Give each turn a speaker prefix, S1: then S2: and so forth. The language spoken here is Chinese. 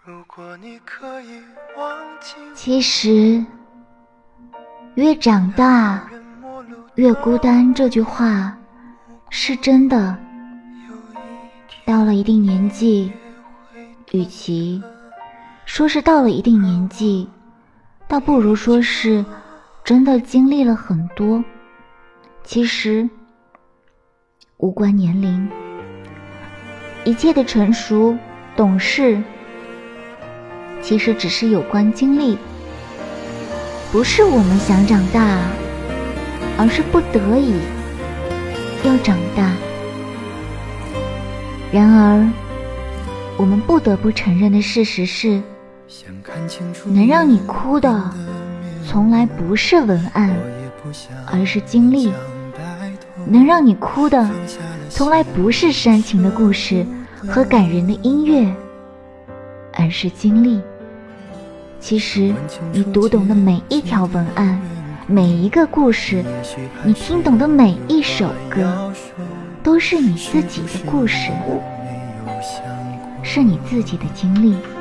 S1: 其实越长大越孤单这句话是真的。到了一定年纪，与其说是到了一定年纪，倒不如说是真的经历了很多。其实无关年龄，一切的成熟懂事其实只是有关经历。不是我们想长大，而是不得已要长大。然而我们不得不承认的事实是，能让你哭的从来不是文案，而是经历。能让你哭的从来不是煽情的故事和感人的音乐，而是经历。其实你读懂的每一条文案，每一个故事，你听懂的每一首歌，都是你自己的故事，是你自己的经历。